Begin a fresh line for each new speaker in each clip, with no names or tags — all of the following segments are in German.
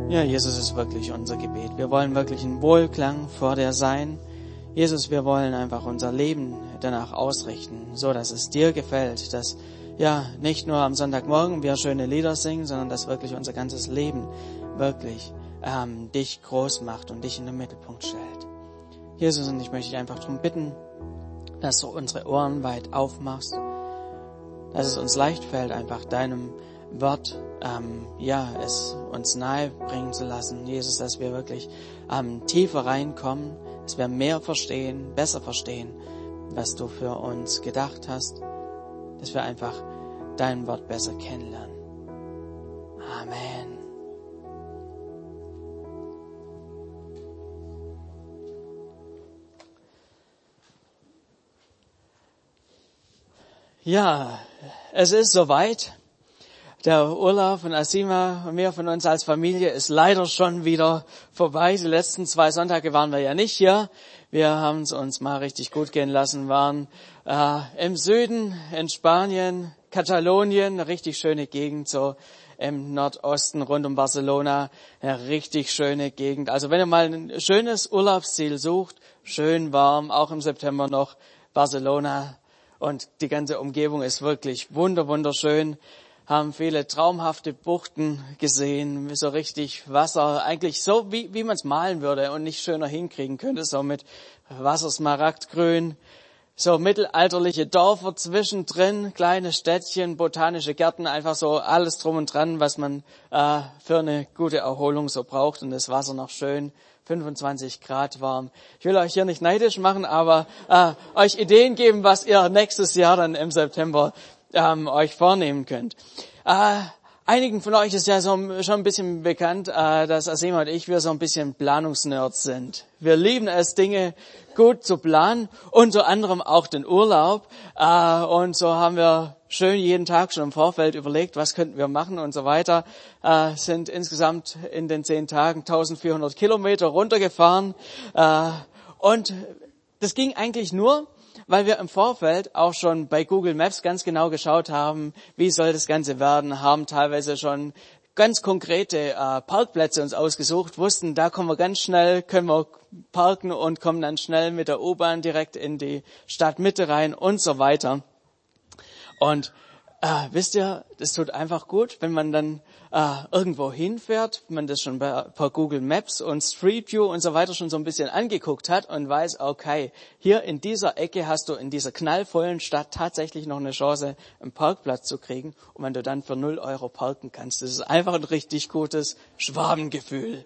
Ja, Jesus ist wirklich unser Gebet. Wir wollen wirklich ein Wohlklang vor dir sein. Jesus, wir wollen einfach unser Leben danach ausrichten, so dass es dir gefällt, dass ja nicht nur am Sonntagmorgen wir schöne Lieder singen, sondern dass wirklich unser ganzes Leben wirklich dich groß macht und dich in den Mittelpunkt stellt. Jesus, und ich möchte dich einfach darum bitten, dass du unsere Ohren weit aufmachst, dass es uns leicht fällt, einfach deinem Wort es uns nahe bringen zu lassen. Jesus, dass wir wirklich tiefer reinkommen, dass wir mehr verstehen, besser verstehen, was du für uns gedacht hast, dass wir einfach dein Wort besser kennenlernen. Amen. Ja, es ist soweit. Der Urlaub von Asima und mir von uns als Familie ist leider schon wieder vorbei. Die letzten 2 Sonntage waren wir ja nicht hier. Wir haben es uns mal richtig gut gehen lassen, waren im Süden, in Spanien, Katalonien, eine richtig schöne Gegend, so im Nordosten rund um Barcelona, eine richtig schöne Gegend. Also wenn ihr mal ein schönes Urlaubsziel sucht, schön warm, auch im September noch, Barcelona und die ganze Umgebung ist wirklich wunderschön. Haben viele traumhafte Buchten gesehen, so richtig Wasser, eigentlich so, wie man es malen würde und nicht schöner hinkriegen könnte, so mit Wasser smaragdgrün, so mittelalterliche Dörfer zwischendrin, kleine Städtchen, botanische Gärten, einfach so alles drum und dran, was man für eine gute Erholung so braucht und das Wasser noch schön 25 Grad warm. Ich will euch hier nicht neidisch machen, aber euch Ideen geben, was ihr nächstes Jahr dann im September euch vornehmen könnt. Einigen von euch ist ja schon ein bisschen bekannt, dass Asima und ich, wir so ein bisschen Planungsnerds sind. Wir lieben es, Dinge gut zu planen, unter anderem auch den Urlaub. Und so haben wir schön jeden Tag schon im Vorfeld überlegt, was könnten wir machen und so weiter. Sind insgesamt in den 10 Tagen 1400 Kilometer runtergefahren. Und das ging eigentlich nur, weil wir im Vorfeld auch schon bei Google Maps ganz genau geschaut haben, wie soll das Ganze werden, haben teilweise schon ganz konkrete Parkplätze uns ausgesucht, wussten, da kommen wir ganz schnell, können wir parken und kommen dann schnell mit der U-Bahn direkt in die Stadtmitte rein und so weiter. Und wisst ihr, das tut einfach gut, wenn man dann irgendwo hinfährt, wenn man das schon per Google Maps und Street View und so weiter schon so ein bisschen angeguckt hat und weiß, okay, hier in dieser Ecke hast du in dieser knallvollen Stadt tatsächlich noch eine Chance, einen Parkplatz zu kriegen. Und wenn du dann für 0 € parken kannst, das ist einfach ein richtig gutes Schwabengefühl.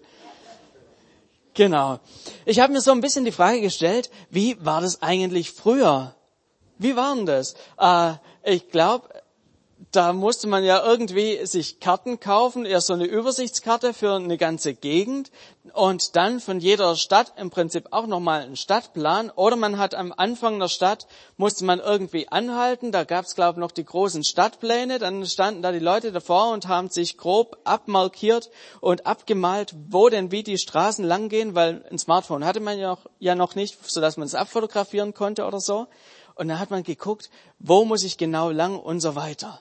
Genau. Ich habe mir so ein bisschen die Frage gestellt, wie war das eigentlich früher? Wie war denn das? Ich glaube, da musste man ja irgendwie sich Karten kaufen, erst so eine Übersichtskarte für eine ganze Gegend und dann von jeder Stadt im Prinzip auch nochmal einen Stadtplan. Oder man hat am Anfang der Stadt, musste man irgendwie anhalten, da gab es glaube ich noch die großen Stadtpläne, dann standen da die Leute davor und haben sich grob abmarkiert und abgemalt, wo denn wie die Straßen langgehen, weil ein Smartphone hatte man ja noch nicht, sodass man es abfotografieren konnte oder so. Und dann hat man geguckt, wo muss ich genau lang und so weiter.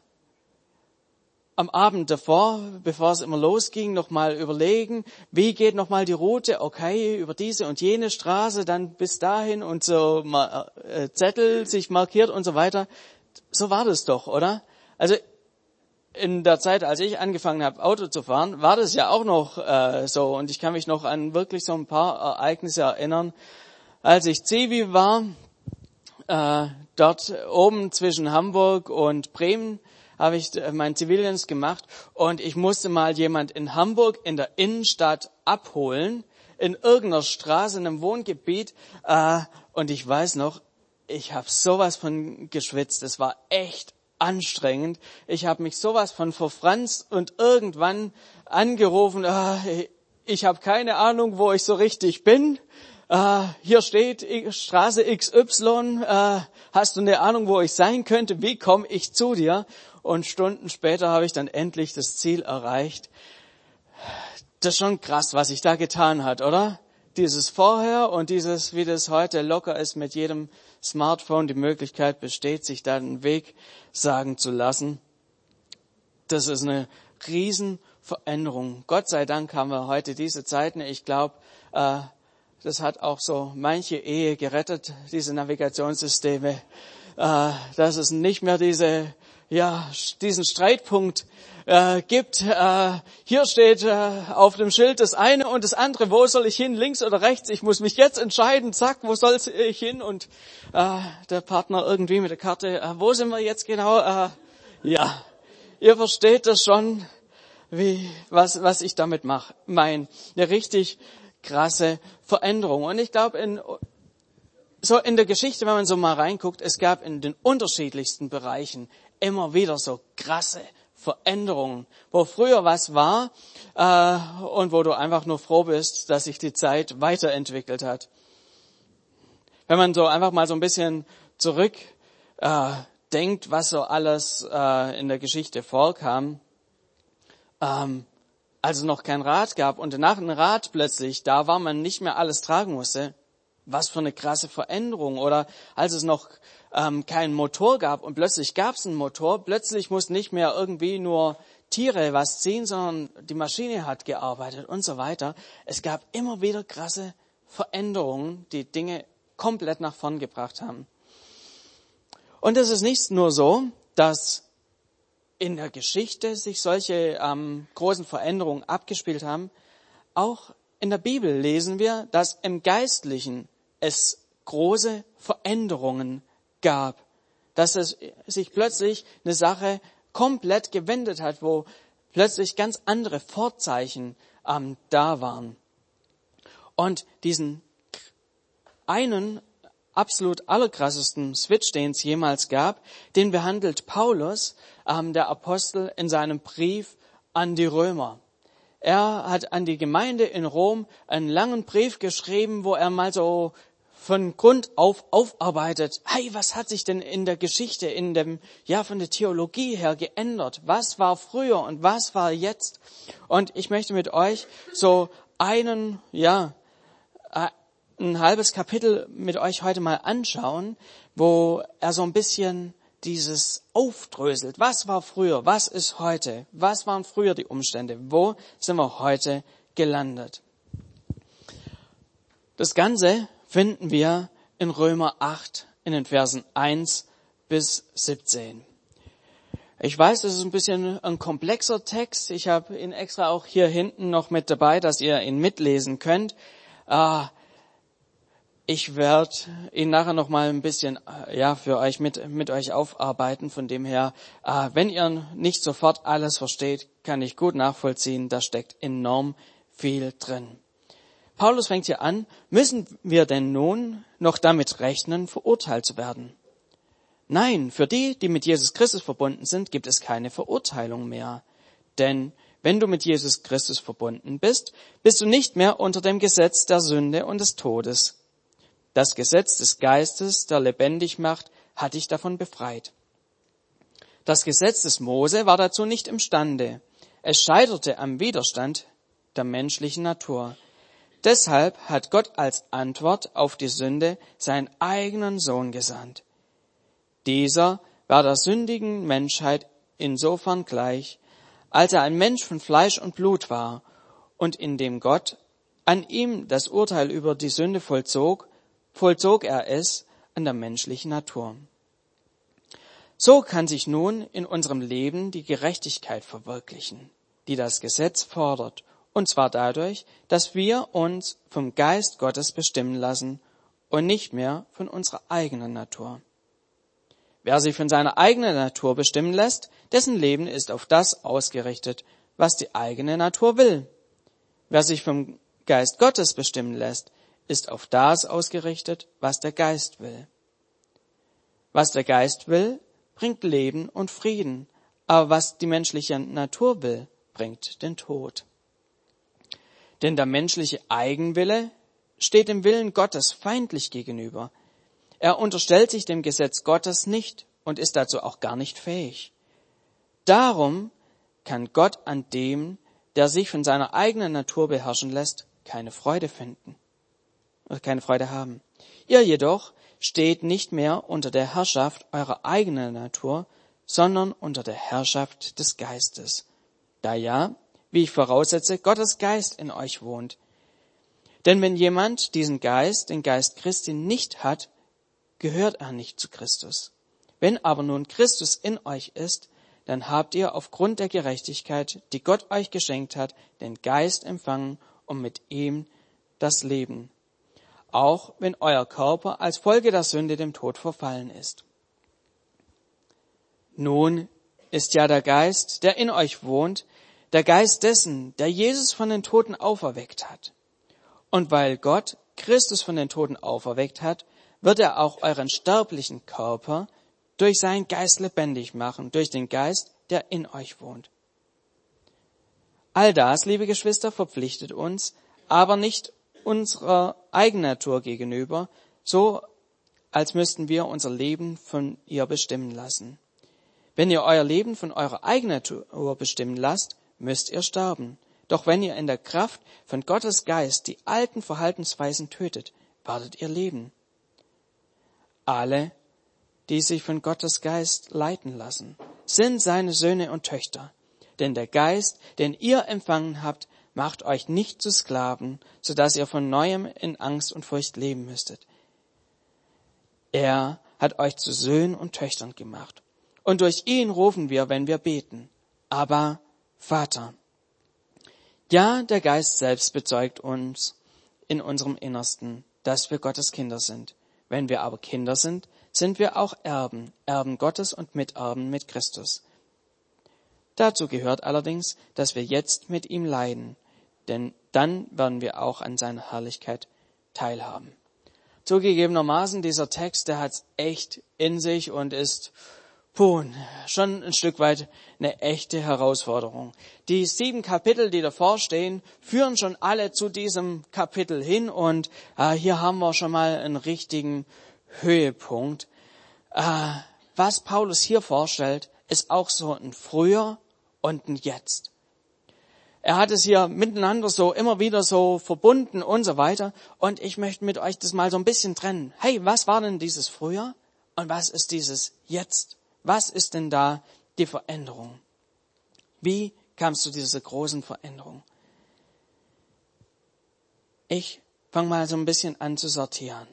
Am Abend davor, bevor es immer losging, nochmal überlegen, wie geht nochmal die Route, okay, über diese und jene Straße, dann bis dahin und so Zettel sich markiert und so weiter. So war das doch, oder? Also in der Zeit, als ich angefangen habe, Auto zu fahren, war das ja auch noch so. Und ich kann mich noch an wirklich so ein paar Ereignisse erinnern. Als ich Zivi war, dort oben zwischen Hamburg und Bremen, habe ich meinen Zivildienst gemacht und ich musste mal jemand in Hamburg in der Innenstadt abholen, in irgendeiner Straße, in einem Wohngebiet. Und ich weiß noch, ich habe sowas von geschwitzt. Es war echt anstrengend. Ich habe mich sowas von verfranst und irgendwann angerufen, ich habe keine Ahnung, wo ich so richtig bin. Hier steht Straße XY, hast du eine Ahnung, wo ich sein könnte? Wie komme ich zu dir? Und Stunden später habe ich dann endlich das Ziel erreicht. Das ist schon krass, was sich da getan hat, oder? Dieses Vorher und dieses, wie das heute locker ist, mit jedem Smartphone die Möglichkeit besteht, sich da einen Weg sagen zu lassen. Das ist eine riesen Veränderung. Gott sei Dank haben wir heute diese Zeiten. Ich glaube, das hat auch so manche Ehe gerettet, diese Navigationssysteme, dass es nicht mehr diesen Streitpunkt gibt. Hier steht auf dem Schild das eine und das andere. Wo soll ich hin? Links oder rechts? Ich muss mich jetzt entscheiden. Zack, wo soll ich hin? Und der Partner irgendwie mit der Karte. Wo sind wir jetzt genau? Ja, ihr versteht das schon, was ich damit meine. Eine richtig krasse Veränderung. Und ich glaube, in der Geschichte, wenn man so mal reinguckt, es gab in den unterschiedlichsten Bereichen immer wieder so krasse Veränderungen, wo früher was war und wo du einfach nur froh bist, dass sich die Zeit weiterentwickelt hat. Wenn man so einfach mal so ein bisschen zurück denkt, was so alles in der Geschichte vorkam, als es noch kein Rad gab und nach einem Rad plötzlich da war, man nicht mehr alles tragen musste. Was für eine krasse Veränderung. Oder als es noch keinen Motor gab und plötzlich gab es einen Motor, plötzlich mussten nicht mehr irgendwie nur Tiere was ziehen, sondern die Maschine hat gearbeitet und so weiter. Es gab immer wieder krasse Veränderungen, die Dinge komplett nach vorn gebracht haben. Und es ist nicht nur so, dass in der Geschichte sich solche großen Veränderungen abgespielt haben. Auch in der Bibel lesen wir, dass im Geistlichen es große Veränderungen gab. Dass es sich plötzlich eine Sache komplett gewendet hat, wo plötzlich ganz andere Vorzeichen da waren. Und diesen einen absolut allerkrassesten Switch, den es jemals gab, den behandelt Paulus, der Apostel, in seinem Brief an die Römer. Er hat an die Gemeinde in Rom einen langen Brief geschrieben, wo er mal so von Grund auf aufarbeitet. Hey, was hat sich denn in der Geschichte, von der Theologie her geändert? Was war früher und was war jetzt? Und ich möchte mit euch so ein halbes Kapitel mit euch heute mal anschauen, wo er so ein bisschen dieses aufdröselt. Was war früher? Was ist heute? Was waren früher die Umstände? Wo sind wir heute gelandet? Das Ganze finden wir in Römer 8 in den Versen 1 bis 17. Ich weiß, das ist ein bisschen ein komplexer Text. Ich habe ihn extra auch hier hinten noch mit dabei, dass ihr ihn mitlesen könnt. Ich werde ihn nachher noch mal ein bisschen für euch mit euch aufarbeiten. Von dem her, wenn ihr nicht sofort alles versteht, kann ich gut nachvollziehen. Da steckt enorm viel drin. Paulus fängt hier an: Müssen wir denn nun noch damit rechnen, verurteilt zu werden? Nein, für die, die mit Jesus Christus verbunden sind, gibt es keine Verurteilung mehr. Denn wenn du mit Jesus Christus verbunden bist, bist du nicht mehr unter dem Gesetz der Sünde und des Todes. Das Gesetz des Geistes, der lebendig macht, hat dich davon befreit. Das Gesetz des Mose war dazu nicht imstande. Es scheiterte am Widerstand der menschlichen Natur. Deshalb hat Gott als Antwort auf die Sünde seinen eigenen Sohn gesandt. Dieser war der sündigen Menschheit insofern gleich, als er ein Mensch von Fleisch und Blut war und indem Gott an ihm das Urteil über die Sünde vollzog er es an der menschlichen Natur. So kann sich nun in unserem Leben die Gerechtigkeit verwirklichen, die das Gesetz fordert, und zwar dadurch, dass wir uns vom Geist Gottes bestimmen lassen und nicht mehr von unserer eigenen Natur. Wer sich von seiner eigenen Natur bestimmen lässt, dessen Leben ist auf das ausgerichtet, was die eigene Natur will. Wer sich vom Geist Gottes bestimmen lässt, ist auf das ausgerichtet, was der Geist will. Was der Geist will, bringt Leben und Frieden, aber was die menschliche Natur will, bringt den Tod. Denn der menschliche Eigenwille steht dem Willen Gottes feindlich gegenüber. Er unterstellt sich dem Gesetz Gottes nicht und ist dazu auch gar nicht fähig. Darum kann Gott an dem, der sich von seiner eigenen Natur beherrschen lässt, keine Freude finden. Keine Freude haben. Ihr jedoch steht nicht mehr unter der Herrschaft eurer eigenen Natur, sondern unter der Herrschaft des Geistes. Da ja, wie ich voraussetze, Gottes Geist in euch wohnt. Denn wenn jemand diesen Geist, den Geist Christi, nicht hat, gehört er nicht zu Christus. Wenn aber nun Christus in euch ist, dann habt ihr aufgrund der Gerechtigkeit, die Gott euch geschenkt hat, den Geist empfangen, um mit ihm das Leben, auch wenn euer Körper als Folge der Sünde dem Tod verfallen ist. Nun ist ja der Geist, der in euch wohnt, der Geist dessen, der Jesus von den Toten auferweckt hat. Und weil Gott Christus von den Toten auferweckt hat, wird er auch euren sterblichen Körper durch seinen Geist lebendig machen, durch den Geist, der in euch wohnt. All das, liebe Geschwister, verpflichtet uns, aber nicht unserer eigenen Natur gegenüber, so als müssten wir unser Leben von ihr bestimmen lassen. Wenn ihr euer Leben von eurer eigenen Natur bestimmen lasst, müsst ihr sterben. Doch wenn ihr in der Kraft von Gottes Geist die alten Verhaltensweisen tötet, werdet ihr leben. Alle, die sich von Gottes Geist leiten lassen, sind seine Söhne und Töchter. Denn der Geist, den ihr empfangen habt, macht euch nicht zu Sklaven, sodass ihr von Neuem in Angst und Furcht leben müsstet. Er hat euch zu Söhnen und Töchtern gemacht. Und durch ihn rufen wir, wenn wir beten, Abba, Vater. Ja, der Geist selbst bezeugt uns in unserem Innersten, dass wir Gottes Kinder sind. Wenn wir aber Kinder sind, sind wir auch Erben, Erben Gottes und Miterben mit Christus. Dazu gehört allerdings, dass wir jetzt mit ihm leiden, denn dann werden wir auch an seiner Herrlichkeit teilhaben. Zugegebenermaßen, dieser Text, der hat's echt in sich und ist schon ein Stück weit eine echte Herausforderung. Die 7 Kapitel, die davor stehen, führen schon alle zu diesem Kapitel hin und hier haben wir schon mal einen richtigen Höhepunkt. Was Paulus hier vorstellt, ist auch so ein Früher und ein Jetzt. Er hat es hier miteinander so immer wieder so verbunden und so weiter. Und ich möchte mit euch das mal so ein bisschen trennen. Hey, was war denn dieses Früher und was ist dieses Jetzt? Was ist denn da die Veränderung? Wie kam es zu dieser großen Veränderung? Ich fange mal so ein bisschen an zu sortieren.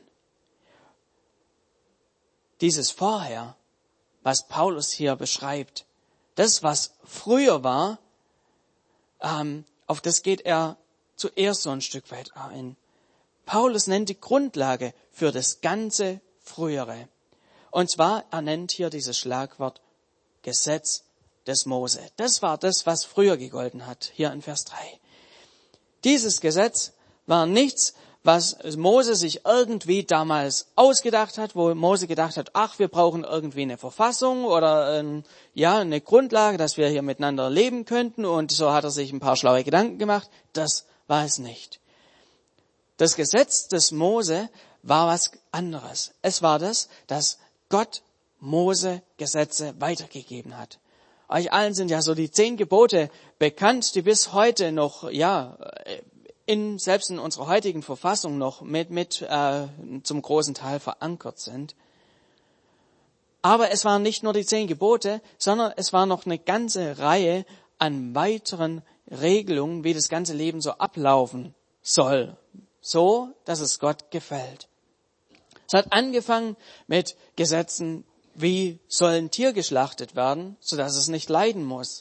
Dieses Vorher, was Paulus hier beschreibt, das, was früher war, auf das geht er zuerst so ein Stück weit ein. Paulus nennt die Grundlage für das ganze Frühere. Und zwar, er nennt hier dieses Schlagwort Gesetz des Mose. Das war das, was früher gegolten hat, hier in Vers 3. Dieses Gesetz war nichts, was Mose sich irgendwie damals ausgedacht hat, wo Mose gedacht hat, ach, wir brauchen irgendwie eine Verfassung oder eine Grundlage, dass wir hier miteinander leben könnten. Und so hat er sich ein paar schlaue Gedanken gemacht. Das war es nicht. Das Gesetz des Mose war was anderes. Es war das, dass Gott Mose Gesetze weitergegeben hat. Euch allen sind ja so die 10 Gebote bekannt, die bis heute noch, selbst in unserer heutigen Verfassung noch mit zum großen Teil verankert sind. Aber es waren nicht nur die 10 Gebote, sondern es war noch eine ganze Reihe an weiteren Regelungen, wie das ganze Leben so ablaufen soll, so, dass es Gott gefällt. Es hat angefangen mit Gesetzen, wie soll ein Tier geschlachtet werden, sodass es nicht leiden muss.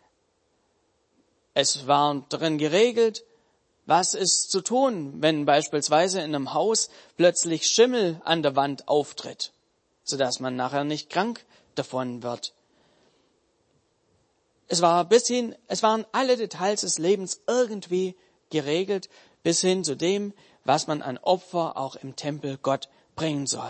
Es war drin geregelt, was ist zu tun, wenn beispielsweise in einem Haus plötzlich Schimmel an der Wand auftritt, sodass man nachher nicht krank davon wird. Es waren alle Details des Lebens irgendwie geregelt, bis hin zu dem, was man an Opfer auch im Tempel Gott bringen soll.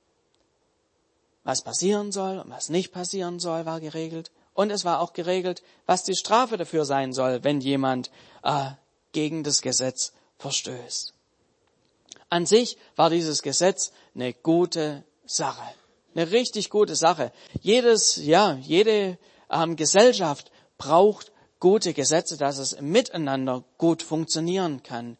Was passieren soll und was nicht passieren soll, war geregelt. Und es war auch geregelt, was die Strafe dafür sein soll, wenn jemand gegen das Gesetz verstößt. An sich war dieses Gesetz eine gute Sache. Eine richtig gute Sache. Jede Gesellschaft braucht gute Gesetze, dass es im Miteinander gut funktionieren kann.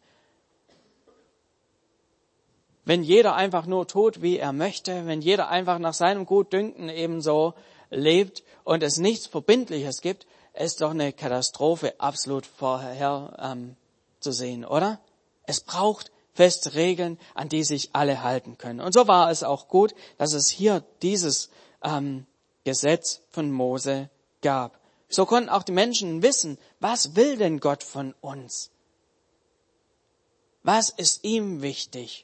Wenn jeder einfach nur tut, wie er möchte, wenn jeder einfach nach seinem Gutdünken ebenso lebt und es nichts Verbindliches gibt, ist doch eine Katastrophe absolut vorher zu sehen, oder? Es braucht feste Regeln, an die sich alle halten können. Und so war es auch gut, dass es hier dieses Gesetz von Mose gab. So konnten auch die Menschen wissen, was will denn Gott von uns? Was ist ihm wichtig?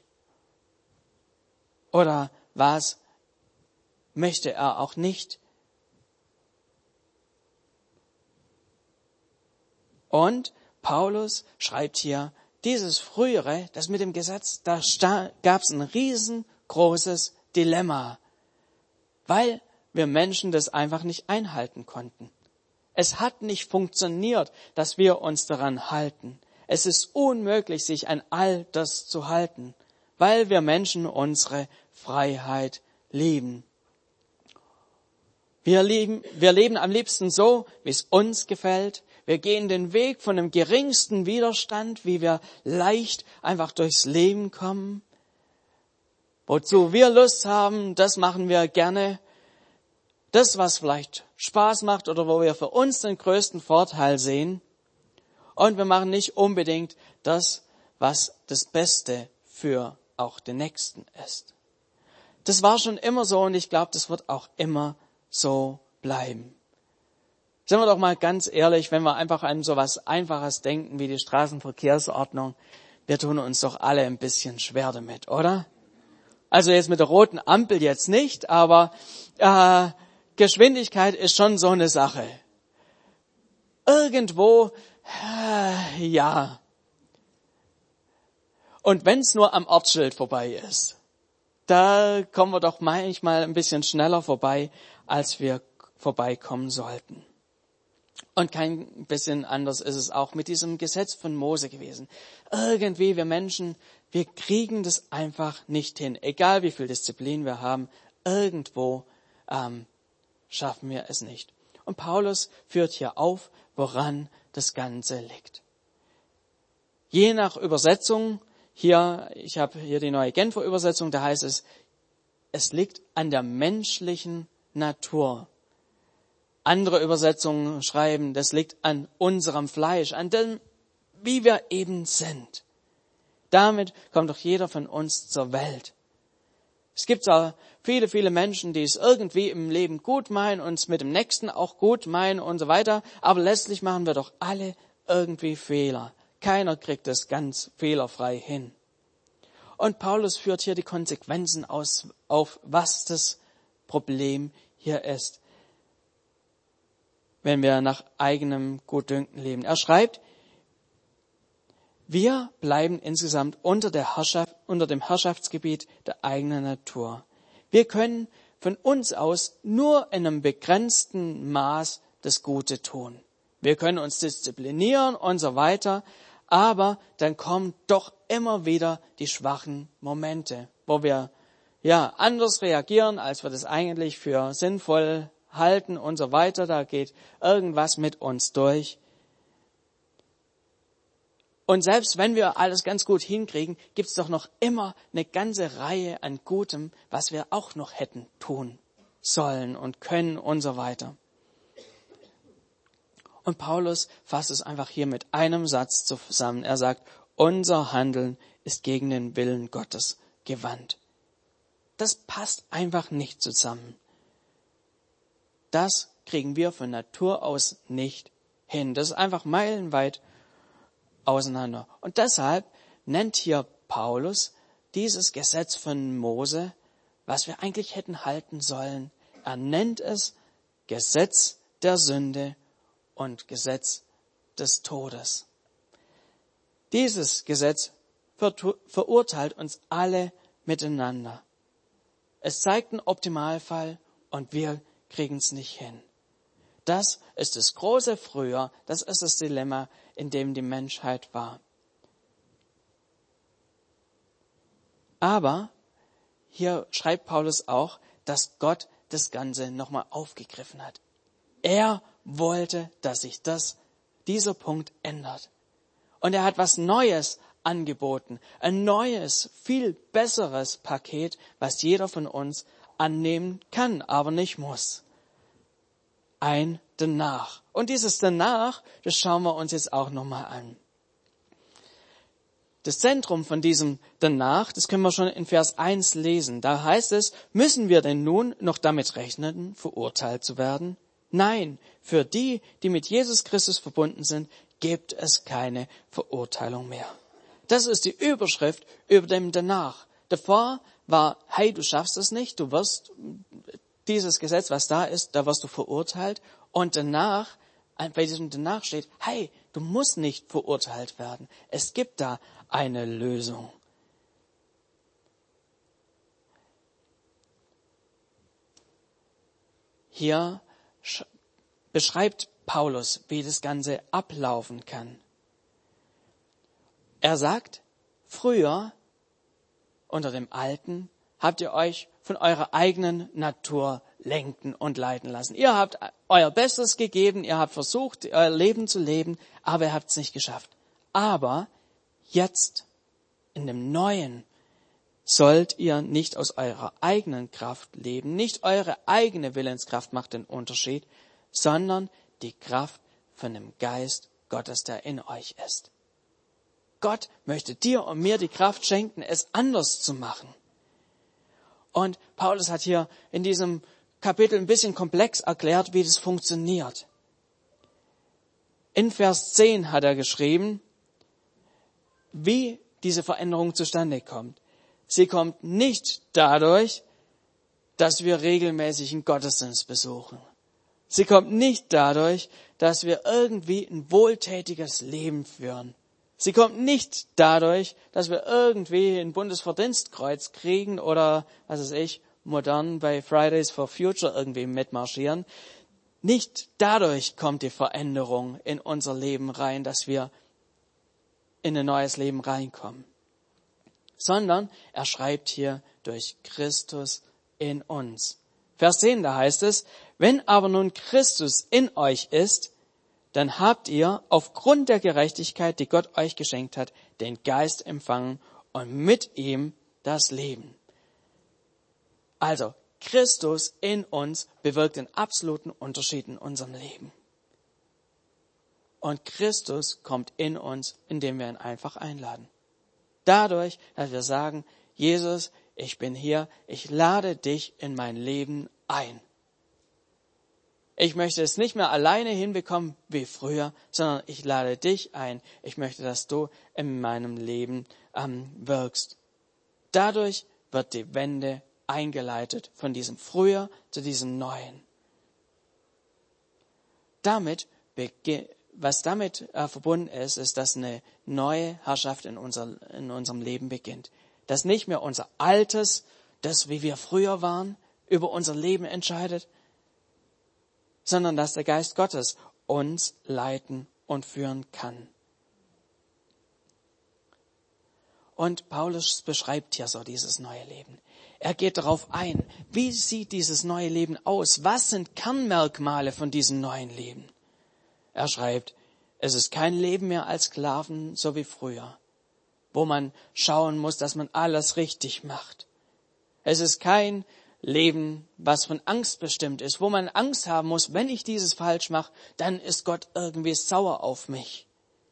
Oder was möchte er auch nicht? Und Paulus schreibt hier, dieses frühere, das mit dem Gesetz, da gab es ein riesengroßes Dilemma, weil wir Menschen das einfach nicht einhalten konnten. Es hat nicht funktioniert, dass wir uns daran halten. Es ist unmöglich, sich an all das zu halten, weil wir Menschen unsere Freiheit lieben. Wir leben am liebsten so, wie es uns gefällt. Wir gehen den Weg von dem geringsten Widerstand, wie wir leicht einfach durchs Leben kommen. Wozu wir Lust haben, das machen wir gerne. Das, was vielleicht Spaß macht oder wo wir für uns den größten Vorteil sehen. Und wir machen nicht unbedingt das, was das Beste für auch den Nächsten ist. Das war schon immer so und ich glaube, das wird auch immer so bleiben. Sind wir doch mal ganz ehrlich, wenn wir einfach an so was Einfaches denken wie die Straßenverkehrsordnung, wir tun uns doch alle ein bisschen schwer damit, oder? Also jetzt mit der roten Ampel jetzt nicht, aber Geschwindigkeit ist schon so eine Sache. Irgendwo, ja. Und wenn es nur am Ortsschild vorbei ist, da kommen wir doch manchmal ein bisschen schneller vorbei, als wir vorbeikommen sollten. Und kein bisschen anders ist es auch mit diesem Gesetz von Mose gewesen. Irgendwie, wir Menschen, wir kriegen das einfach nicht hin. Egal wie viel Disziplin wir haben, irgendwo schaffen wir es nicht. Und Paulus führt hier auf, woran das Ganze liegt. Je nach Übersetzung, ich habe hier die neue Genfer Übersetzung, da heißt es liegt an der menschlichen Natur. Andere Übersetzungen schreiben, das liegt an unserem Fleisch, an dem, wie wir eben sind. Damit kommt doch jeder von uns zur Welt. Es gibt auch viele Menschen, die es irgendwie im Leben gut meinen und es mit dem Nächsten auch gut meinen und so weiter. Aber letztlich machen wir doch alle irgendwie Fehler. Keiner kriegt es ganz fehlerfrei hin. Und Paulus führt hier die Konsequenzen auf, was das Problem hier ist, wenn wir nach eigenem Gutdünken leben. Er schreibt, wir bleiben insgesamt unter dem Herrschaftsgebiet der eigenen Natur. Wir können von uns aus nur in einem begrenzten Maß das Gute tun. Wir können uns disziplinieren und so weiter, aber dann kommen doch immer wieder die schwachen Momente, wo wir anders reagieren, als wir das eigentlich für sinnvoll halten und so weiter. Da geht irgendwas mit uns durch. Und selbst wenn wir alles ganz gut hinkriegen, gibt's doch noch immer eine ganze Reihe an Gutem, was wir auch noch hätten tun sollen und können und so weiter. Und Paulus fasst es einfach hier mit einem Satz zusammen. Er sagt, unser Handeln ist gegen den Willen Gottes gewandt. Das passt einfach nicht zusammen. Das kriegen wir von Natur aus nicht hin. Das ist einfach meilenweit auseinander. Und deshalb nennt hier Paulus dieses Gesetz von Mose, was wir eigentlich hätten halten sollen. Er nennt es Gesetz der Sünde und Gesetz des Todes. Dieses Gesetz verurteilt uns alle miteinander. Es zeigt einen Optimalfall und wir kriegen es nicht hin. Das ist das große Früher, das ist das Dilemma, in dem die Menschheit war. Aber hier schreibt Paulus auch, dass Gott das Ganze nochmal aufgegriffen hat. Er wollte, dass sich dieser Punkt ändert. Und er hat was Neues angeboten. Ein neues, viel besseres Paket, was jeder von uns annehmen kann, aber nicht muss. ein Danach. Und dieses Danach, das schauen wir uns jetzt auch nochmal an. Das Zentrum von diesem Danach, das können wir schon in Vers 1 lesen. Da heißt es, müssen wir denn nun noch damit rechnen, verurteilt zu werden? Nein, für die, die mit Jesus Christus verbunden sind, gibt es keine Verurteilung mehr. Das ist die Überschrift über dem Danach. Davor war, hey, du schaffst es nicht, du wirst dieses Gesetz, was da ist, da wirst du verurteilt. Und danach, bei diesem Danach steht, hey, du musst nicht verurteilt werden. Es gibt da eine Lösung. Hier beschreibt Paulus, wie das Ganze ablaufen kann. Er sagt, früher, unter dem Alten, habt ihr euch von eurer eigenen Natur lenken und leiten lassen. Ihr habt euer Bestes gegeben, ihr habt versucht, euer Leben zu leben, aber ihr habt es nicht geschafft. Aber jetzt, in dem Neuen, sollt ihr nicht aus eurer eigenen Kraft leben, nicht eure eigene Willenskraft macht den Unterschied, sondern die Kraft von dem Geist Gottes, der in euch ist. Gott möchte dir und mir die Kraft schenken, es anders zu machen. Und Paulus hat hier in diesem Kapitel ein bisschen komplex erklärt, wie das funktioniert. In Vers 10 hat er geschrieben, wie diese Veränderung zustande kommt. Sie kommt nicht dadurch, dass wir regelmäßig einen Gottesdienst besuchen. Sie kommt nicht dadurch, dass wir irgendwie ein wohltätiges Leben führen. Sie kommt nicht dadurch, dass wir irgendwie ein Bundesverdienstkreuz kriegen oder, was weiß ich, modern bei Fridays for Future irgendwie mitmarschieren. Nicht dadurch kommt die Veränderung in unser Leben rein, dass wir in ein neues Leben reinkommen. Sondern er schreibt hier durch Christus in uns. Vers 10, da heißt es, wenn aber nun Christus in euch ist, dann habt ihr aufgrund der Gerechtigkeit, die Gott euch geschenkt hat, den Geist empfangen und mit ihm das Leben. Also, Christus in uns bewirkt den absoluten Unterschied in unserem Leben. Und Christus kommt in uns, indem wir ihn einfach einladen. Dadurch, dass wir sagen, Jesus, ich bin hier, ich lade dich in mein Leben ein. Ich möchte es nicht mehr alleine hinbekommen wie früher, sondern ich lade dich ein. Ich möchte, dass du in meinem Leben wirkst. Dadurch wird die Wende eingeleitet von diesem Früher zu diesem Neuen. Was damit verbunden ist, ist, dass eine neue Herrschaft in unserem Leben beginnt. Dass nicht mehr unser Altes, das wie wir früher waren, über unser Leben entscheidet, sondern dass der Geist Gottes uns leiten und führen kann. Und Paulus beschreibt hier so dieses neue Leben. Er geht darauf ein, wie sieht dieses neue Leben aus? Was sind Kernmerkmale von diesem neuen Leben? Er schreibt, es ist kein Leben mehr als Sklaven, so wie früher, wo man schauen muss, dass man alles richtig macht. Es ist kein Leben, was von Angst bestimmt ist, wo man Angst haben muss, wenn ich dieses falsch mache, dann ist Gott irgendwie sauer auf mich.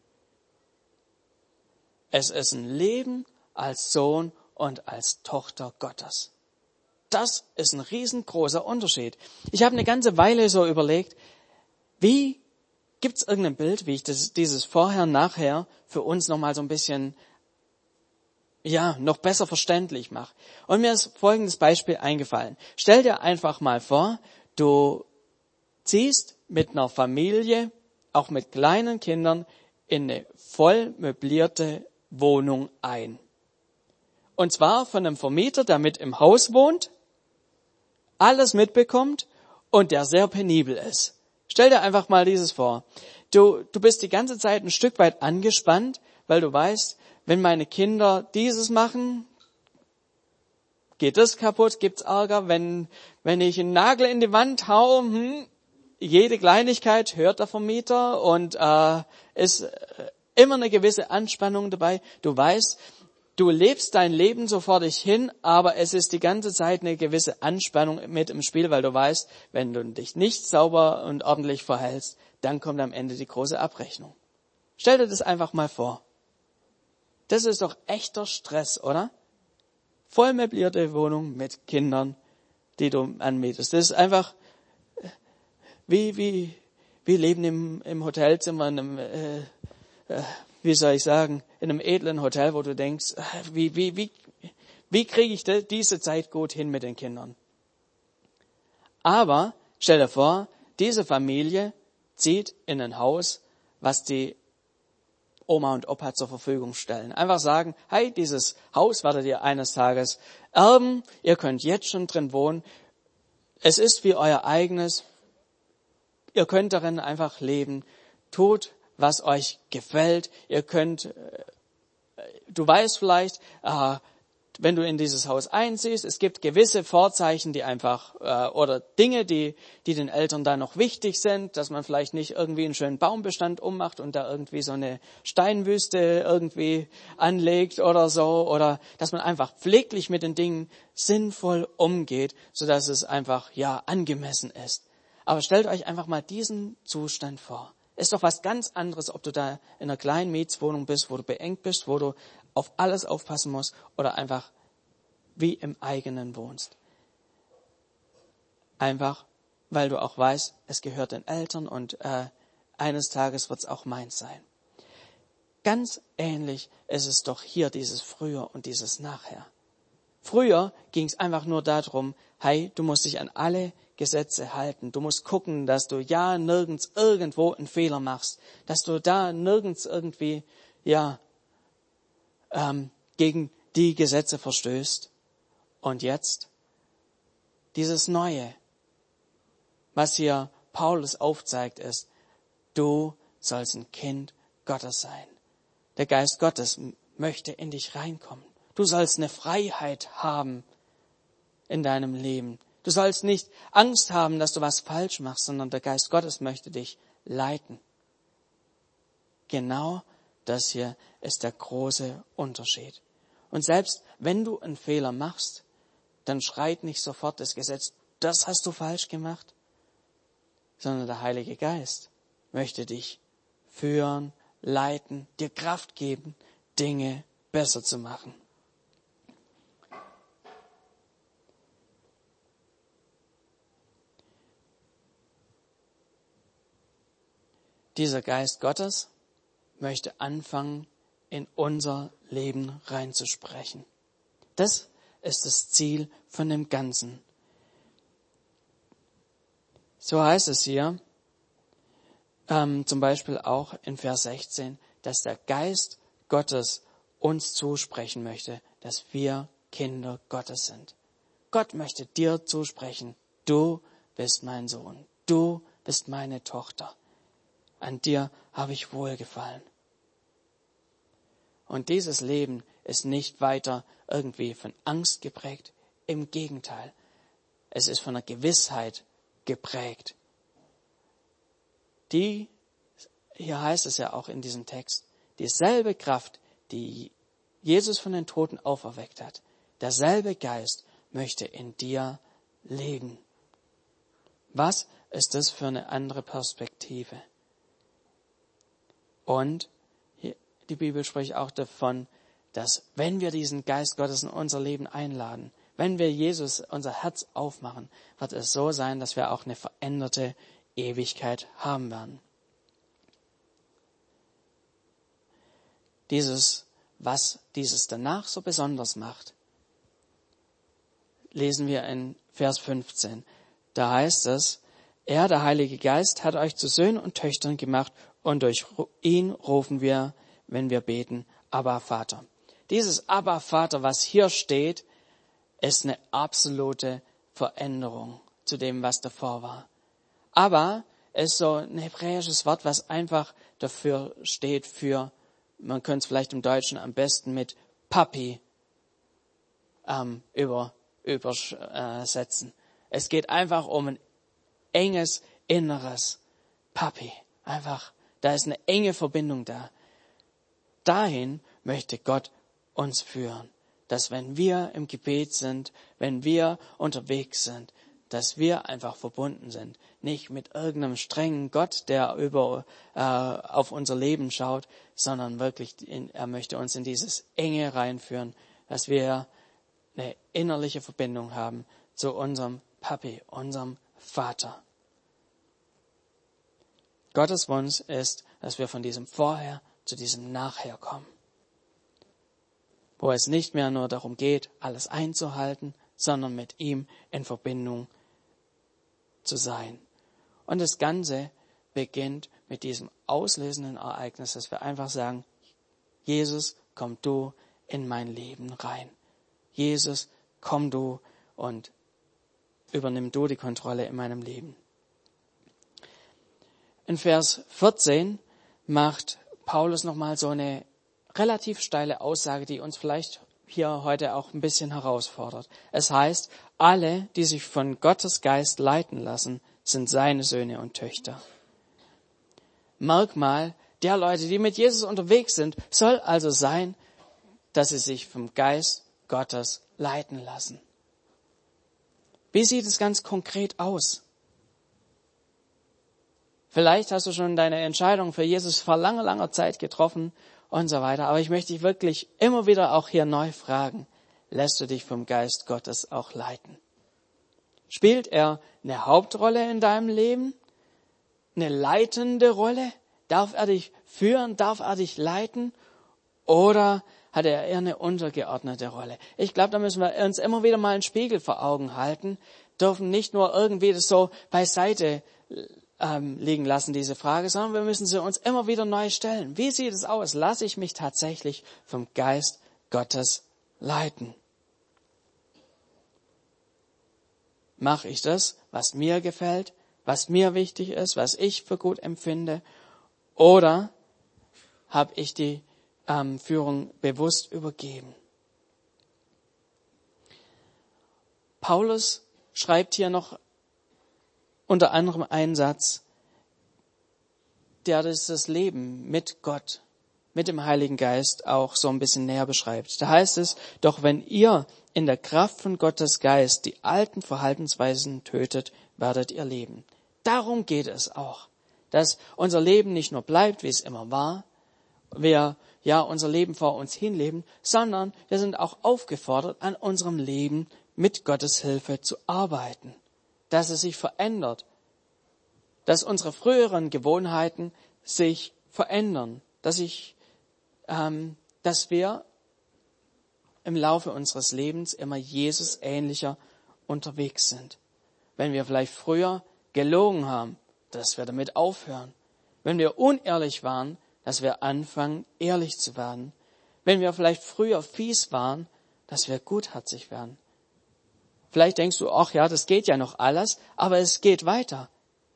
Es ist ein Leben als Sohn und als Tochter Gottes. Das ist ein riesengroßer Unterschied. Ich habe eine ganze Weile so überlegt, gibt es irgendein Bild, wie ich dieses Vorher-Nachher für uns nochmal so ein bisschen noch besser verständlich mache. Und mir ist folgendes Beispiel eingefallen. Stell dir einfach mal vor, du ziehst mit einer Familie, auch mit kleinen Kindern, in eine voll möblierte Wohnung ein. Und zwar von einem Vermieter, der mit im Haus wohnt, alles mitbekommt und der sehr penibel ist. Stell dir einfach mal dieses vor. Du bist die ganze Zeit ein Stück weit angespannt, weil du weißt, wenn meine Kinder dieses machen, geht das kaputt, gibt's Ärger. Wenn ich einen Nagel in die Wand hau, jede Kleinigkeit hört der Vermieter und ist immer eine gewisse Anspannung dabei. Du weißt, Du lebst dein Leben so vor dich hin, aber es ist die ganze Zeit eine gewisse Anspannung mit im Spiel, weil du weißt, wenn du dich nicht sauber und ordentlich verhältst, dann kommt am Ende die große Abrechnung. Stell dir das einfach mal vor. Das ist doch echter Stress, oder? Voll möblierte Wohnung mit Kindern, die du anmietest. Das ist einfach wie Leben im Hotelzimmer, in einem, wie soll ich sagen, in einem edlen Hotel, wo du denkst, wie kriege ich diese Zeit gut hin mit den Kindern? Aber stell dir vor, diese Familie zieht in ein Haus, was die Oma und Opa zur Verfügung stellen. Einfach sagen, hey, dieses Haus werdet ihr eines Tages erben, ihr könnt jetzt schon drin wohnen, es ist wie euer eigenes, ihr könnt darin einfach leben, tut, was euch gefällt, ihr könnt, du weißt vielleicht, wenn du in dieses Haus einziehst, es gibt gewisse Vorzeichen, die einfach, oder Dinge, die den Eltern da noch wichtig sind, dass man vielleicht nicht irgendwie einen schönen Baumbestand ummacht und da irgendwie so eine Steinwüste irgendwie anlegt oder so, oder dass man einfach pfleglich mit den Dingen sinnvoll umgeht, sodass es einfach, angemessen ist. Aber stellt euch einfach mal diesen Zustand vor. Ist doch was ganz anderes, ob du da in einer kleinen Mietswohnung bist, wo du beengt bist, wo du auf alles aufpassen musst oder einfach wie im eigenen wohnst. Einfach, weil du auch weißt, es gehört den Eltern und eines Tages wird es auch meins sein. Ganz ähnlich ist es doch hier, dieses Früher und dieses Nachher. Früher ging es einfach nur darum, hey, du musst dich an alle Gesetze halten. Du musst gucken, dass du nirgends irgendwo einen Fehler machst. Dass du da nirgends irgendwie, gegen die Gesetze verstößt. Und jetzt dieses Neue, was hier Paulus aufzeigt, ist, du sollst ein Kind Gottes sein. Der Geist Gottes möchte in dich reinkommen. Du sollst eine Freiheit haben in deinem Leben. Du sollst nicht Angst haben, dass du was falsch machst, sondern der Geist Gottes möchte dich leiten. Genau das hier ist der große Unterschied. Und selbst wenn du einen Fehler machst, dann schreit nicht sofort das Gesetz, das hast du falsch gemacht, sondern der Heilige Geist möchte dich führen, leiten, dir Kraft geben, Dinge besser zu machen. Dieser Geist Gottes möchte anfangen, in unser Leben reinzusprechen. Das ist das Ziel von dem Ganzen. So heißt es hier, zum Beispiel auch in Vers 16, dass der Geist Gottes uns zusprechen möchte, dass wir Kinder Gottes sind. Gott möchte dir zusprechen, du bist mein Sohn, du bist meine Tochter. An dir habe ich Wohlgefallen. Und dieses Leben ist nicht weiter irgendwie von Angst geprägt. Im Gegenteil, es ist von einer Gewissheit geprägt. Hier heißt es ja auch in diesem Text, dieselbe Kraft, die Jesus von den Toten auferweckt hat, derselbe Geist möchte in dir leben. Was ist das für eine andere Perspektive? Und die Bibel spricht auch davon, dass wenn wir diesen Geist Gottes in unser Leben einladen, wenn wir Jesus unser Herz aufmachen, wird es so sein, dass wir auch eine veränderte Ewigkeit haben werden. Was dieses danach so besonders macht, lesen wir in Vers 15. Da heißt es, er, der Heilige Geist, hat euch zu Söhnen und Töchtern gemacht und durch ihn rufen wir, wenn wir beten, Abba Vater. Dieses Abba Vater, was hier steht, ist eine absolute Veränderung zu dem, was davor war. Abba ist so ein hebräisches Wort, was einfach dafür steht für, man könnte es vielleicht im Deutschen am besten mit Papi übersetzen. Es geht einfach um ein enges Inneres. Papi. Einfach, da ist eine enge Verbindung da. Dahin möchte Gott uns führen. Dass wenn wir im Gebet sind, wenn wir unterwegs sind, dass wir einfach verbunden sind. Nicht mit irgendeinem strengen Gott, der auf unser Leben schaut, sondern wirklich, er möchte uns in dieses Enge reinführen, dass wir eine innerliche Verbindung haben zu unserem Papi, unserem Vater. Gottes Wunsch ist, dass wir von diesem Vorher zu diesem Nachher kommen. Wo es nicht mehr nur darum geht, alles einzuhalten, sondern mit ihm in Verbindung zu sein. Und das Ganze beginnt mit diesem auslösenden Ereignis, dass wir einfach sagen, Jesus, komm du in mein Leben rein. Jesus, komm du und übernimm du die Kontrolle in meinem Leben. In Vers 14 macht Paulus nochmal so eine relativ steile Aussage, die uns vielleicht hier heute auch ein bisschen herausfordert. Es heißt, alle, die sich von Gottes Geist leiten lassen, sind seine Söhne und Töchter. Merkmal der Leute, die mit Jesus unterwegs sind, soll also sein, dass sie sich vom Geist Gottes leiten lassen. Wie sieht es ganz konkret aus? Vielleicht hast du schon deine Entscheidung für Jesus vor langer, langer Zeit getroffen und so weiter. Aber ich möchte dich wirklich immer wieder auch hier neu fragen, lässt du dich vom Geist Gottes auch leiten? Spielt er eine Hauptrolle in deinem Leben? Eine leitende Rolle? Darf er dich führen? Darf er dich leiten? Oder hat er eher eine untergeordnete Rolle? Ich glaube, da müssen wir uns immer wieder mal einen Spiegel vor Augen halten, dürfen nicht nur irgendwie das so beiseite liegen lassen, diese Frage, sondern wir müssen sie uns immer wieder neu stellen. Wie sieht es aus? Lasse ich mich tatsächlich vom Geist Gottes leiten? Mache ich das, was mir gefällt, was mir wichtig ist, was ich für gut empfinde? Oder habe ich die Führung bewusst übergeben? Paulus schreibt hier noch unter anderem einen Satz, der das Leben mit Gott, mit dem Heiligen Geist auch so ein bisschen näher beschreibt. Da heißt es, doch wenn ihr in der Kraft von Gottes Geist die alten Verhaltensweisen tötet, werdet ihr leben. Darum geht es auch, dass unser Leben nicht nur bleibt, wie es immer war, wir unser Leben vor uns hinleben, sondern wir sind auch aufgefordert, an unserem Leben mit Gottes Hilfe zu arbeiten. Dass es sich verändert, dass unsere früheren Gewohnheiten sich verändern, dass wir im Laufe unseres Lebens immer Jesus ähnlicher unterwegs sind. Wenn wir vielleicht früher gelogen haben, dass wir damit aufhören. Wenn wir unehrlich waren, dass wir anfangen, ehrlich zu werden. Wenn wir vielleicht früher fies waren, dass wir gutherzig werden. Vielleicht denkst du, ach ja, das geht ja noch alles, aber es geht weiter.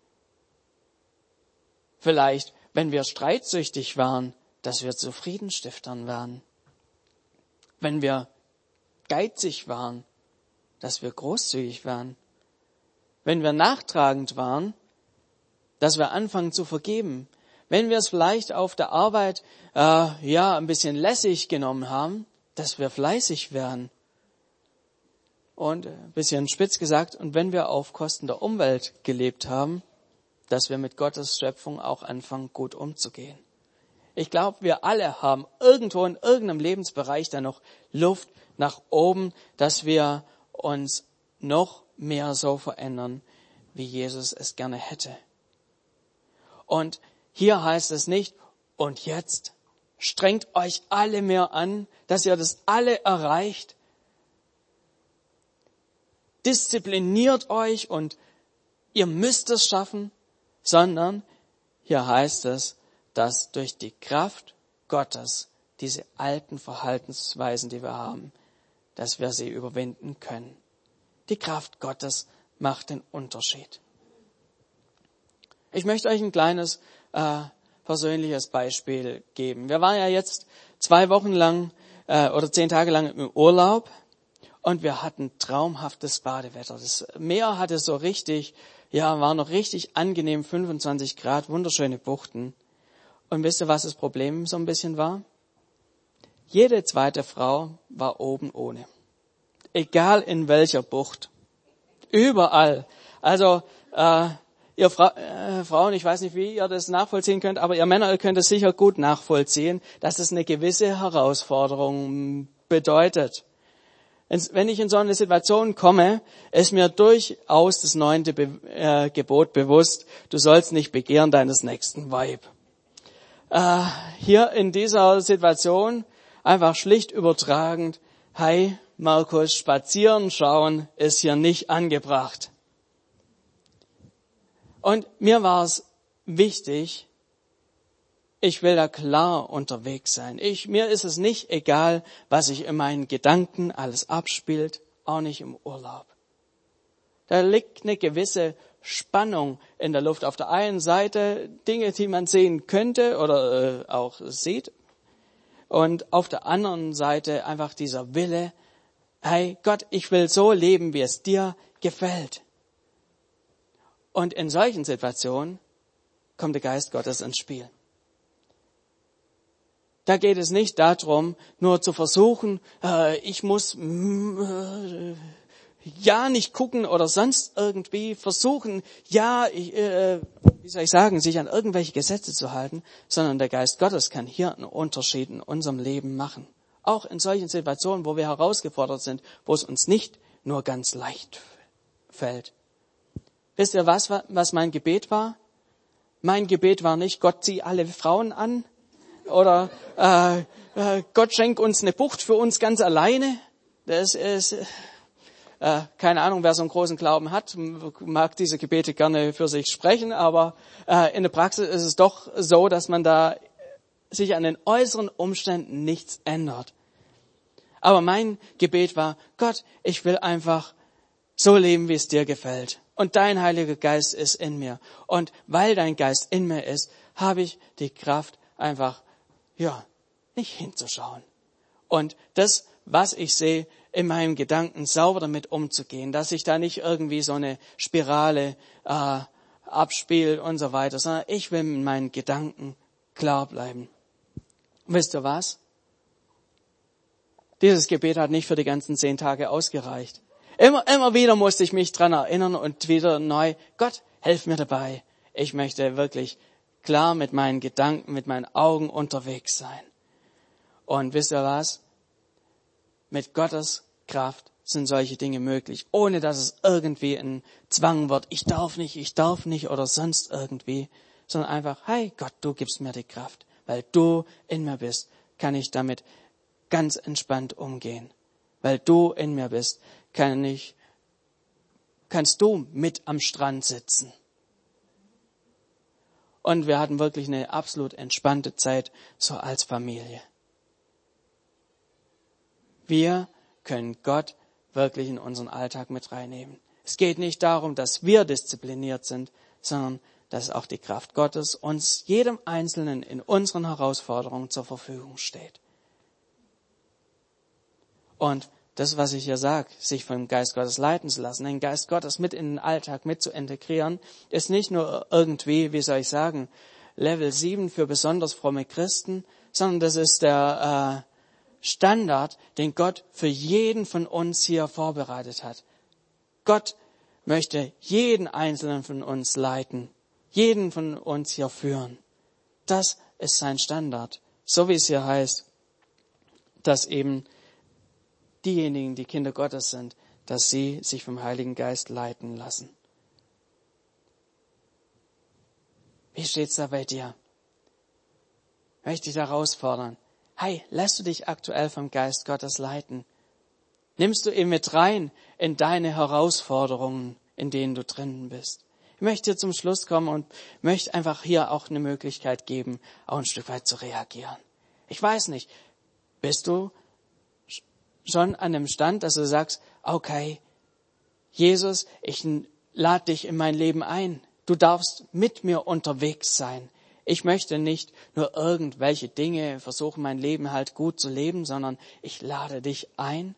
Vielleicht, wenn wir streitsüchtig waren, dass wir zu Friedensstiftern werden. Wenn wir geizig waren, dass wir großzügig waren. Wenn wir nachtragend waren, dass wir anfangen zu vergeben. Wenn wir es vielleicht auf der Arbeit ein bisschen lässig genommen haben, dass wir fleißig werden. Und ein bisschen spitz gesagt, und wenn wir auf Kosten der Umwelt gelebt haben, dass wir mit Gottes Schöpfung auch anfangen, gut umzugehen. Ich glaube, wir alle haben irgendwo in irgendeinem Lebensbereich da noch Luft nach oben, dass wir uns noch mehr so verändern, wie Jesus es gerne hätte. Und hier heißt es nicht, und jetzt strengt euch alle mehr an, dass ihr das alle erreicht. Diszipliniert euch und ihr müsst es schaffen, sondern hier heißt es, dass durch die Kraft Gottes diese alten Verhaltensweisen, die wir haben, dass wir sie überwinden können. Die Kraft Gottes macht den Unterschied. Ich möchte euch ein kleines persönliches Beispiel geben. Wir waren ja jetzt 2 Wochen lang oder 10 Tage lang im Urlaub. Und wir hatten traumhaftes Badewetter. Das Meer hatte so richtig, war noch richtig angenehm, 25 Grad, wunderschöne Buchten. Und wisst ihr, was das Problem so ein bisschen war? Jede zweite Frau war oben ohne. Egal in welcher Bucht. Überall. Also ihr Frauen, ich weiß nicht, wie ihr das nachvollziehen könnt, aber ihr Männer, ihr könnt es sicher gut nachvollziehen, dass es eine gewisse Herausforderung bedeutet. Wenn ich in so eine Situation komme, ist mir durchaus das 9. Gebot bewusst, du sollst nicht begehren deines nächsten Weib. Hier in dieser Situation einfach schlicht übertragend, hey Markus, spazieren schauen ist hier nicht angebracht. Und mir war es wichtig, ich will da klar unterwegs sein. Mir ist es nicht egal, was sich in meinen Gedanken alles abspielt, auch nicht im Urlaub. Da liegt eine gewisse Spannung in der Luft. Auf der einen Seite Dinge, die man sehen könnte oder auch sieht. Und auf der anderen Seite einfach dieser Wille, hey Gott, ich will so leben, wie es dir gefällt. Und in solchen Situationen kommt der Geist Gottes ins Spiel. Da geht es nicht darum, nur zu versuchen, ich muss ja nicht gucken oder sonst irgendwie versuchen, sich an irgendwelche Gesetze zu halten, sondern der Geist Gottes kann hier einen Unterschied in unserem Leben machen. Auch in solchen Situationen, wo wir herausgefordert sind, wo es uns nicht nur ganz leicht fällt. Wisst ihr was mein Gebet war? Mein Gebet war nicht, Gott zieh alle Frauen an oder Gott schenk uns eine Bucht für uns ganz alleine. Das ist keine Ahnung, wer so einen großen Glauben hat, mag diese Gebete gerne für sich sprechen, aber in der Praxis ist es doch so, dass man da sich an den äußeren Umständen nichts ändert. Aber mein Gebet war, Gott, ich will einfach so leben, wie es dir gefällt. Und dein Heiliger Geist ist in mir. Und weil dein Geist in mir ist, habe ich die Kraft, einfach, nicht hinzuschauen. Und das, was ich sehe, in meinem Gedanken sauber damit umzugehen, dass sich da nicht irgendwie so eine Spirale abspielt und so weiter, sondern ich will mit meinen Gedanken klar bleiben. Wisst ihr was? Dieses Gebet hat nicht für die ganzen 10 Tage ausgereicht. Immer wieder musste ich mich dran erinnern und wieder neu, Gott, helf mir dabei. Ich möchte wirklich klar mit meinen Gedanken, mit meinen Augen unterwegs sein. Und wisst ihr was? Mit Gottes Kraft sind solche Dinge möglich, ohne dass es irgendwie ein Zwang wird. Ich darf nicht oder sonst irgendwie, sondern einfach, hey Gott, du gibst mir die Kraft. Weil du in mir bist, kann ich damit ganz entspannt umgehen. Weil du in mir bist, kannst du mit am Strand sitzen. Und wir hatten wirklich eine absolut entspannte Zeit, so als Familie. Wir können Gott wirklich in unseren Alltag mit reinnehmen. Es geht nicht darum, dass wir diszipliniert sind, sondern dass auch die Kraft Gottes uns, jedem Einzelnen in unseren Herausforderungen zur Verfügung steht. Und das, was ich hier sage, sich vom Geist Gottes leiten zu lassen, den Geist Gottes mit in den Alltag mit zu integrieren, ist nicht nur irgendwie, Level 7 für besonders fromme Christen, sondern das ist der Standard, den Gott für jeden von uns hier vorbereitet hat. Gott möchte jeden Einzelnen von uns leiten, jeden von uns hier führen. Das ist sein Standard. So wie es hier heißt, dass eben diejenigen, die Kinder Gottes sind, dass sie sich vom Heiligen Geist leiten lassen. Wie steht's da bei dir? Möchte ich dich herausfordern. Hey, lässt du dich aktuell vom Geist Gottes leiten? Nimmst du ihn mit rein in deine Herausforderungen, in denen du drinnen bist? Ich möchte hier zum Schluss kommen und möchte einfach hier auch eine Möglichkeit geben, auch ein Stück weit zu reagieren. Ich weiß nicht, bist du schon an dem Stand, dass du sagst, okay, Jesus, ich lade dich in mein Leben ein. Du darfst mit mir unterwegs sein. Ich möchte nicht nur irgendwelche Dinge versuchen, mein Leben halt gut zu leben, sondern ich lade dich ein,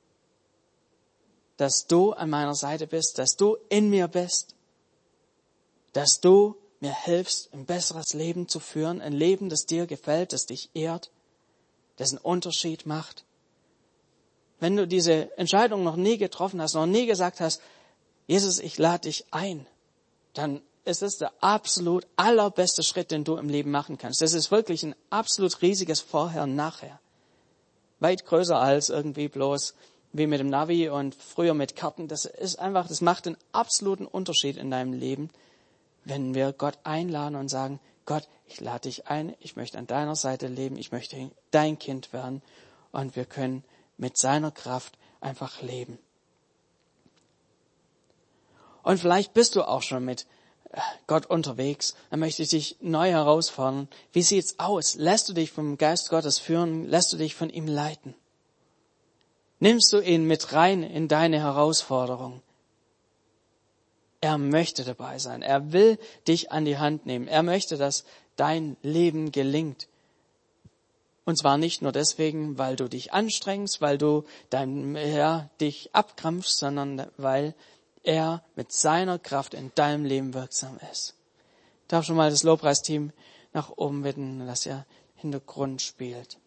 dass du an meiner Seite bist, dass du in mir bist, dass du mir hilfst, ein besseres Leben zu führen, ein Leben, das dir gefällt, das dich ehrt. das einen Unterschied macht? Wenn du diese Entscheidung noch nie getroffen hast, noch nie gesagt hast, Jesus, ich lade dich ein, dann ist es der absolut allerbeste Schritt, den du im Leben machen kannst. Das ist wirklich ein absolut riesiges Vorher und Nachher. Weit größer als irgendwie bloß wie mit dem Navi und früher mit Karten. Das macht einen absoluten Unterschied in deinem Leben, wenn wir Gott einladen und sagen, Gott, ich lade dich ein, ich möchte an deiner Seite leben, ich möchte dein Kind werden und wir können mit seiner Kraft einfach leben. Und vielleicht bist du auch schon mit Gott unterwegs, dann möchte ich dich neu herausfordern. Wie sieht's aus? Lässt du dich vom Geist Gottes führen? Lässt du dich von ihm leiten? Nimmst du ihn mit rein in deine Herausforderung? Er möchte dabei sein. Er will dich an die Hand nehmen. Er möchte, dass dein Leben gelingt. Und zwar nicht nur deswegen, weil du dich anstrengst, weil du dich abkrampfst, sondern weil er mit seiner Kraft in deinem Leben wirksam ist. Ich darf schon mal das Lobpreisteam nach oben bitten, dass er Hintergrund spielt.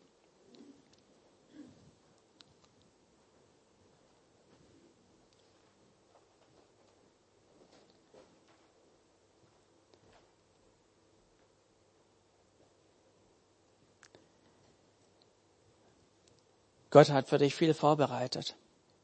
Gott hat für dich viel vorbereitet.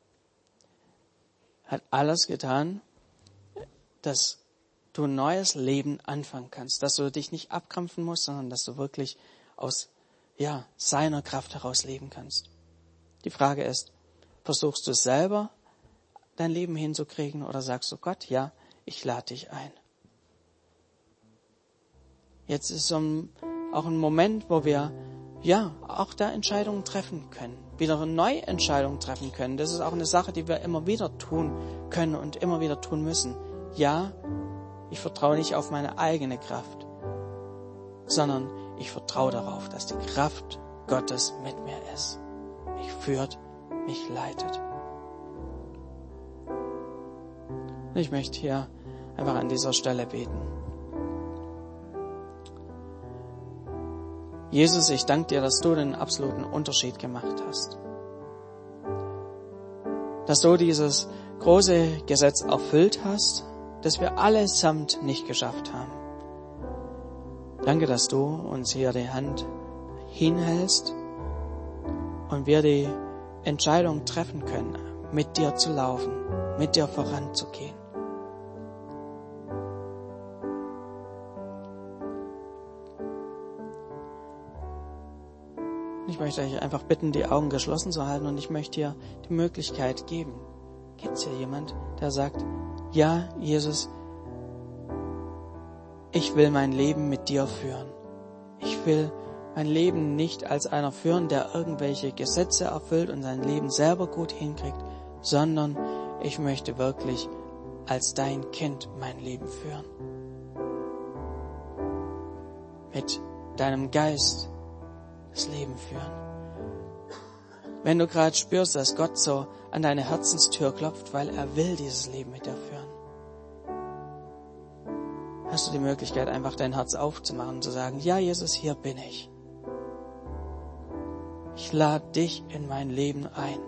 Hat alles getan, dass du ein neues Leben anfangen kannst, dass du dich nicht abkrampfen musst, sondern dass du wirklich aus seiner Kraft heraus leben kannst. Die Frage ist, versuchst du selber dein Leben hinzukriegen oder sagst du, Gott, ja, ich lade dich ein. Jetzt ist auch ein Moment, wo wir auch da Entscheidungen treffen können, wieder neue Entscheidungen treffen können. Das ist auch eine Sache, die wir immer wieder tun können und immer wieder tun müssen. Ja, ich vertraue nicht auf meine eigene Kraft, sondern ich vertraue darauf, dass die Kraft Gottes mit mir ist, mich führt, mich leitet. Und ich möchte hier einfach an dieser Stelle beten. Jesus, ich danke dir, dass du den absoluten Unterschied gemacht hast. Dass du dieses große Gesetz erfüllt hast, das wir allesamt nicht geschafft haben. Danke, dass du uns hier die Hand hinhältst und wir die Entscheidung treffen können, mit dir zu laufen, mit dir voranzugehen. Ich möchte euch einfach bitten, die Augen geschlossen zu halten und ich möchte dir die Möglichkeit geben. Gibt es hier jemand, der sagt, ja, Jesus, ich will mein Leben mit dir führen. Ich will mein Leben nicht als einer führen, der irgendwelche Gesetze erfüllt und sein Leben selber gut hinkriegt, sondern ich möchte wirklich als dein Kind mein Leben führen. Mit deinem Geist das Leben führen. Wenn du gerade spürst, dass Gott so an deine Herzenstür klopft, weil er will dieses Leben mit dir führen, hast du die Möglichkeit, einfach dein Herz aufzumachen und zu sagen, ja Jesus, hier bin ich. Ich lade dich in mein Leben ein.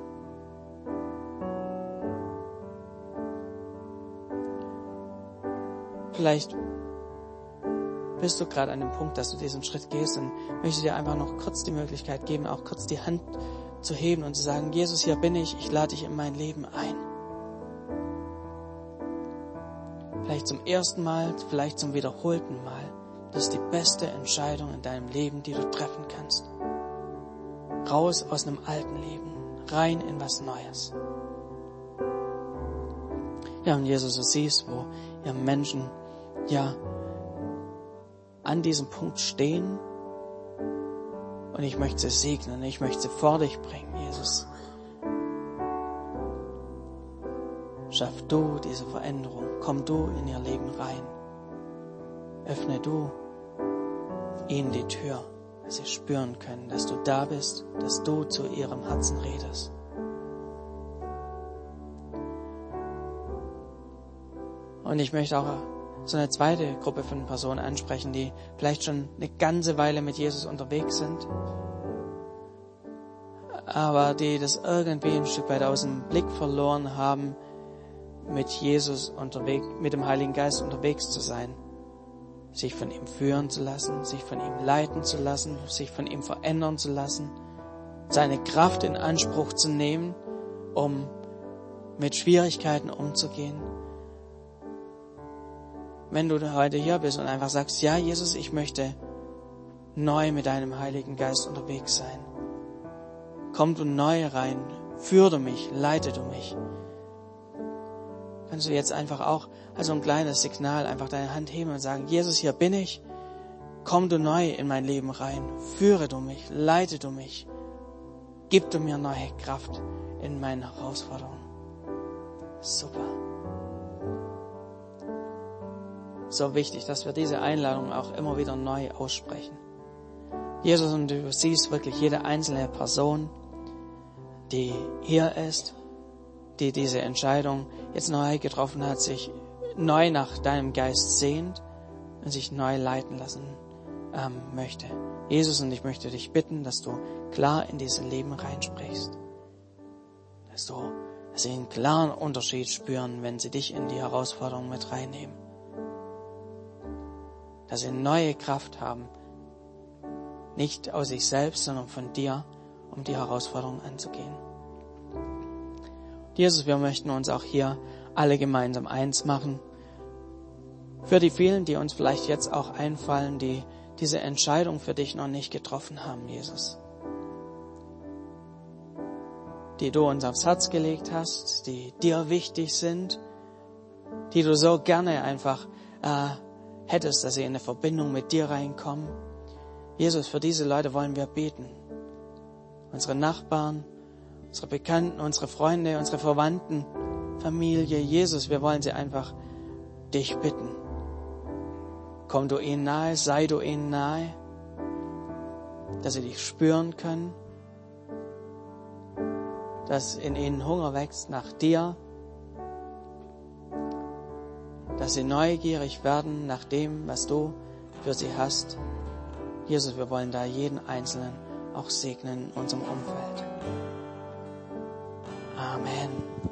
Vielleicht bist du gerade an dem Punkt, dass du diesen Schritt gehst und möchte dir einfach noch kurz die Möglichkeit geben, auch kurz die Hand zu heben und zu sagen, Jesus, hier bin ich lade dich in mein Leben ein. Vielleicht zum ersten Mal, vielleicht zum wiederholten Mal. Das ist die beste Entscheidung in deinem Leben, die du treffen kannst. Raus aus einem alten Leben, rein in was Neues. Ja, und Jesus, du siehst, wo ihr Menschen, an diesem Punkt stehen und ich möchte sie segnen, ich möchte sie vor dich bringen, Jesus. Schaff du diese Veränderung, komm du in ihr Leben rein, öffne du ihnen die Tür, dass sie spüren können, dass du da bist, dass du zu ihrem Herzen redest. Und ich möchte auch so eine zweite Gruppe von Personen ansprechen, die vielleicht schon eine ganze Weile mit Jesus unterwegs sind aber die das irgendwie ein Stück weit aus dem Blick verloren haben, mit Jesus unterwegs, mit dem Heiligen Geist unterwegs zu sein, sich von ihm führen zu lassen, sich von ihm leiten zu lassen, sich von ihm verändern zu lassen, seine Kraft in Anspruch zu nehmen, um mit Schwierigkeiten umzugehen. Wenn du heute hier bist und einfach sagst, ja Jesus, ich möchte neu mit deinem Heiligen Geist unterwegs sein. Komm du neu rein, führe du mich, leite du mich. Kannst du jetzt einfach auch als ein kleines Signal einfach deine Hand heben und sagen, Jesus, hier bin ich, komm du neu in mein Leben rein, führe du mich, leite du mich, gib du mir neue Kraft in meinen Herausforderungen. Super. So wichtig, dass wir diese Einladung auch immer wieder neu aussprechen. Jesus, und du siehst wirklich jede einzelne Person, die hier ist, die diese Entscheidung jetzt neu getroffen hat, sich neu nach deinem Geist sehnt und sich neu leiten lassen möchte. Jesus, und ich möchte dich bitten, dass du klar in dieses Leben reinsprichst. Dass sie einen klaren Unterschied spüren, wenn sie dich in die Herausforderung mit reinnehmen. Dass sie neue Kraft haben, nicht aus sich selbst, sondern von dir, um die Herausforderung anzugehen. Jesus, wir möchten uns auch hier alle gemeinsam eins machen. Für die vielen, die uns vielleicht jetzt auch einfallen, die diese Entscheidung für dich noch nicht getroffen haben, Jesus. Die du uns aufs Herz gelegt hast, die dir wichtig sind, die du so gerne einfach hättest, dass sie in eine Verbindung mit dir reinkommen. Jesus, für diese Leute wollen wir beten. Unsere Nachbarn, unsere Bekannten, unsere Freunde, unsere Verwandten, Familie, Jesus, wir wollen sie einfach dich bitten. Komm du ihnen nahe, sei du ihnen nahe, dass sie dich spüren können, dass in ihnen Hunger wächst nach dir, dass sie neugierig werden nach dem, was du für sie hast. Jesus, wir wollen da jeden Einzelnen auch segnen in unserem Umfeld. Amen.